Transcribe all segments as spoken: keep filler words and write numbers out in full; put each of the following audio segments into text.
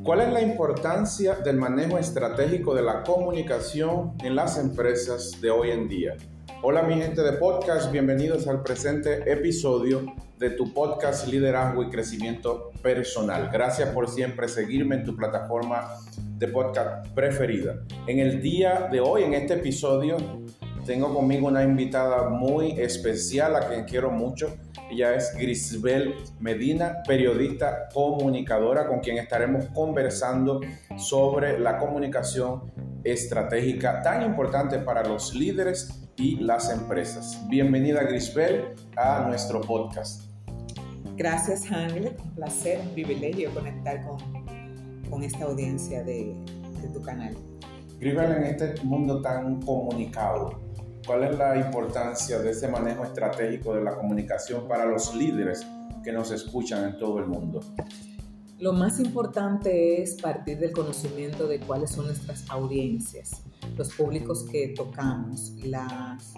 ¿Cuál es la importancia del manejo estratégico de la comunicación en las empresas de hoy en día? Hola mi gente de podcast, bienvenidos al presente episodio de tu podcast Liderazgo y Crecimiento Personal. Gracias por siempre seguirme en tu plataforma de podcast preferida. En el día de hoy, en este episodio, tengo conmigo una invitada muy especial a quien quiero mucho. Ella es Grisbel Medina, periodista comunicadora, con quien estaremos conversando sobre la comunicación estratégica tan importante para los líderes y las empresas. Bienvenida, Grisbel, a nuestro podcast. Gracias, Hamlet. Un placer, un privilegio conectar con, con esta audiencia de, de tu canal. Grisbel, en este mundo tan comunicado, ¿cuál es la importancia de ese manejo estratégico de la comunicación para los líderes que nos escuchan en todo el mundo? Lo más importante es partir del conocimiento de cuáles son nuestras audiencias, los públicos que tocamos, las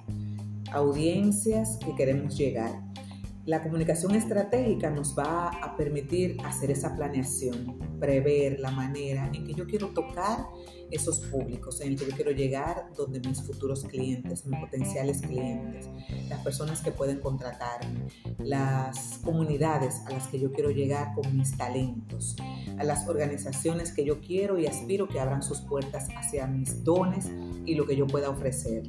audiencias que queremos llegar. La comunicación estratégica nos va a permitir hacer esa planeación, prever la manera en que yo quiero tocar esos públicos, en el que yo quiero llegar donde mis futuros clientes, mis potenciales clientes, las personas que pueden contratarme, las comunidades a las que yo quiero llegar con mis talentos, a las organizaciones que yo quiero y aspiro que abran sus puertas hacia mis dones y lo que yo pueda ofrecerle.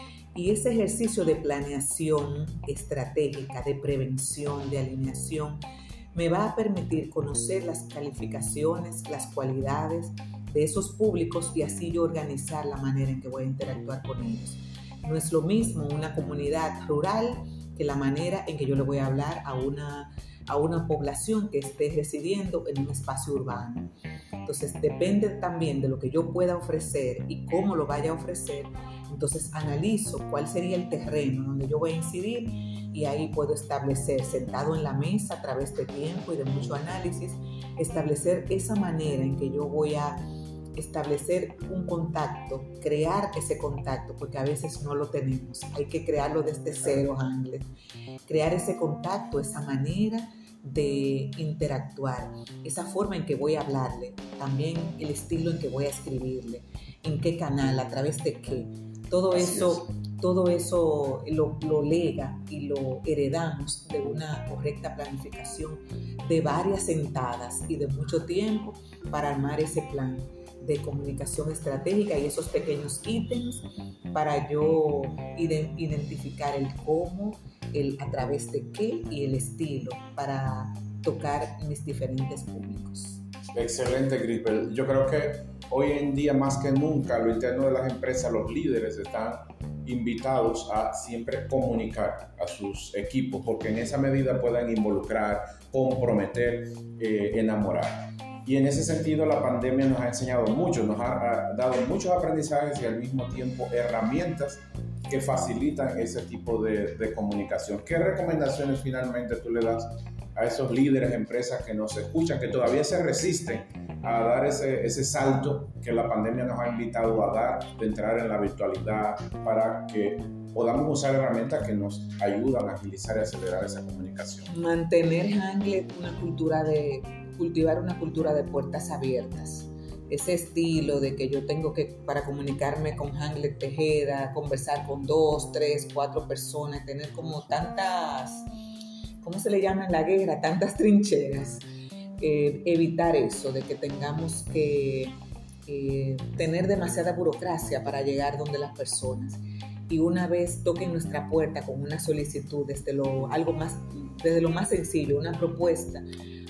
Y ese ejercicio de planeación estratégica, de prevención, de alineación, me va a permitir conocer las calificaciones, las cualidades de esos públicos y así yo organizar la manera en que voy a interactuar con ellos. No es lo mismo una comunidad rural que la manera en que yo le voy a hablar a una, a una población que esté residiendo en un espacio urbano. Entonces depende también de lo que yo pueda ofrecer y cómo lo vaya a ofrecer. Entonces analizo cuál sería el terreno donde yo voy a incidir y ahí puedo establecer, sentado en la mesa a través de tiempo y de mucho análisis, establecer esa manera en que yo voy a establecer un contacto, crear ese contacto, porque a veces no lo tenemos. Hay que crearlo desde cero, Hamlet. Crear ese contacto, esa manera de interactuar, esa forma en que voy a hablarle, también el estilo en que voy a escribirle, en qué canal, a través de qué. Todo eso, todo eso lo, lo lega y lo heredamos de una correcta planificación, de varias sentadas y de mucho tiempo para armar ese plan de comunicación estratégica y esos pequeños ítems para yo ide- identificar el cómo, el a través de qué y el estilo para tocar mis diferentes públicos. Excelente, Grisbel. Yo creo que hoy en día más que nunca, a lo interno de las empresas, los líderes están invitados a siempre comunicar a sus equipos, porque en esa medida puedan involucrar, comprometer, eh, enamorar. Y en ese sentido la pandemia nos ha enseñado mucho, nos ha, ha dado muchos aprendizajes y al mismo tiempo herramientas que facilitan ese tipo de, de comunicación. ¿Qué recomendaciones finalmente tú le das a esos líderes, empresas que nos escuchan, que todavía se resisten a dar ese, ese salto que la pandemia nos ha invitado a dar, de entrar en la virtualidad, para que podamos usar herramientas que nos ayudan a agilizar y acelerar esa comunicación? Mantener, Hamlet, una cultura de, cultivar una cultura de puertas abiertas. Ese estilo de que yo tengo que, para comunicarme con Hamlet Tejeda, conversar con dos, tres, cuatro personas, tener como tantas, ¿cómo se le llama en la guerra? Tantas trincheras. Eh, evitar eso, de que tengamos que eh, tener demasiada burocracia para llegar donde las personas. Y una vez toquen nuestra puerta con una solicitud, desde lo, algo más, desde lo más sencillo, una propuesta,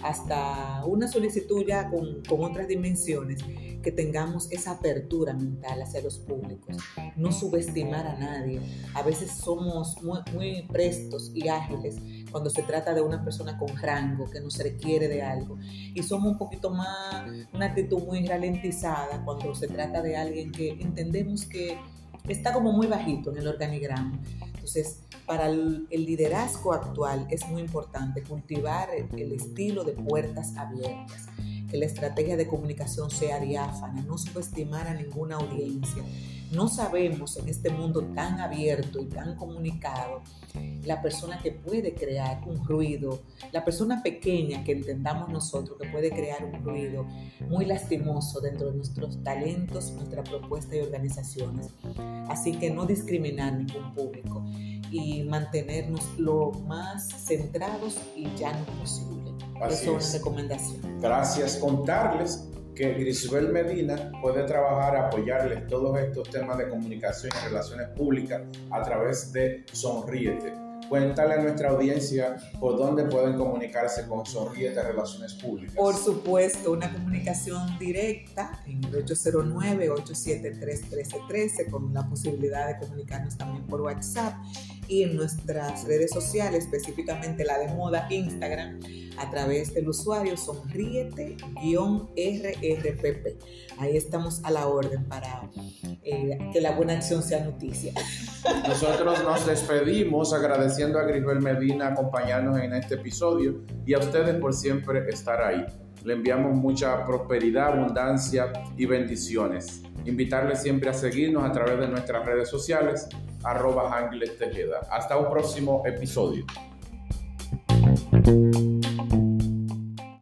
hasta una solicitud ya con, con otras dimensiones, que tengamos esa apertura mental hacia los públicos, no subestimar a nadie. A veces somos muy, muy prestos y ágiles cuando se trata de una persona con rango que nos requiere de algo, y somos un poquito más, una actitud muy ralentizada cuando se trata de alguien que entendemos que está como muy bajito en el organigrama. Entonces, para el, el liderazgo actual es muy importante cultivar el, el estilo de puertas abiertas, que la estrategia de comunicación sea diáfana, no subestimar a ninguna audiencia. No sabemos en este mundo tan abierto y tan comunicado la persona que puede crear un ruido, la persona pequeña que entendamos nosotros que puede crear un ruido muy lastimoso dentro de nuestros talentos, nuestra propuesta y organizaciones. Así que no discriminar ningún público y mantenernos lo más centrados y llanos posible. Así Eso es es. una recomendación. Gracias. Contarles que Grisbel Medina puede trabajar, apoyarles todos estos temas de comunicación y relaciones públicas a través de Sonríete. Cuéntale a nuestra audiencia por dónde pueden comunicarse con Sonríete Relaciones Públicas. Por supuesto, una comunicación directa en el ocho cero nueve, ocho siete tres, uno tres uno tres con la posibilidad de comunicarnos también por WhatsApp y en nuestras redes sociales, específicamente la de moda Instagram, a través del usuario sonríete R R P P. Ahí estamos a la orden para eh, que la buena acción sea noticia. Nosotros nos despedimos agradeciendo a Grisbel Medina acompañarnos en este episodio y a ustedes por siempre estar ahí. Le enviamos mucha prosperidad, abundancia y bendiciones. Invitarles siempre a seguirnos a través de nuestras redes sociales, arroba Ángeles Tejeda. Hasta un próximo episodio.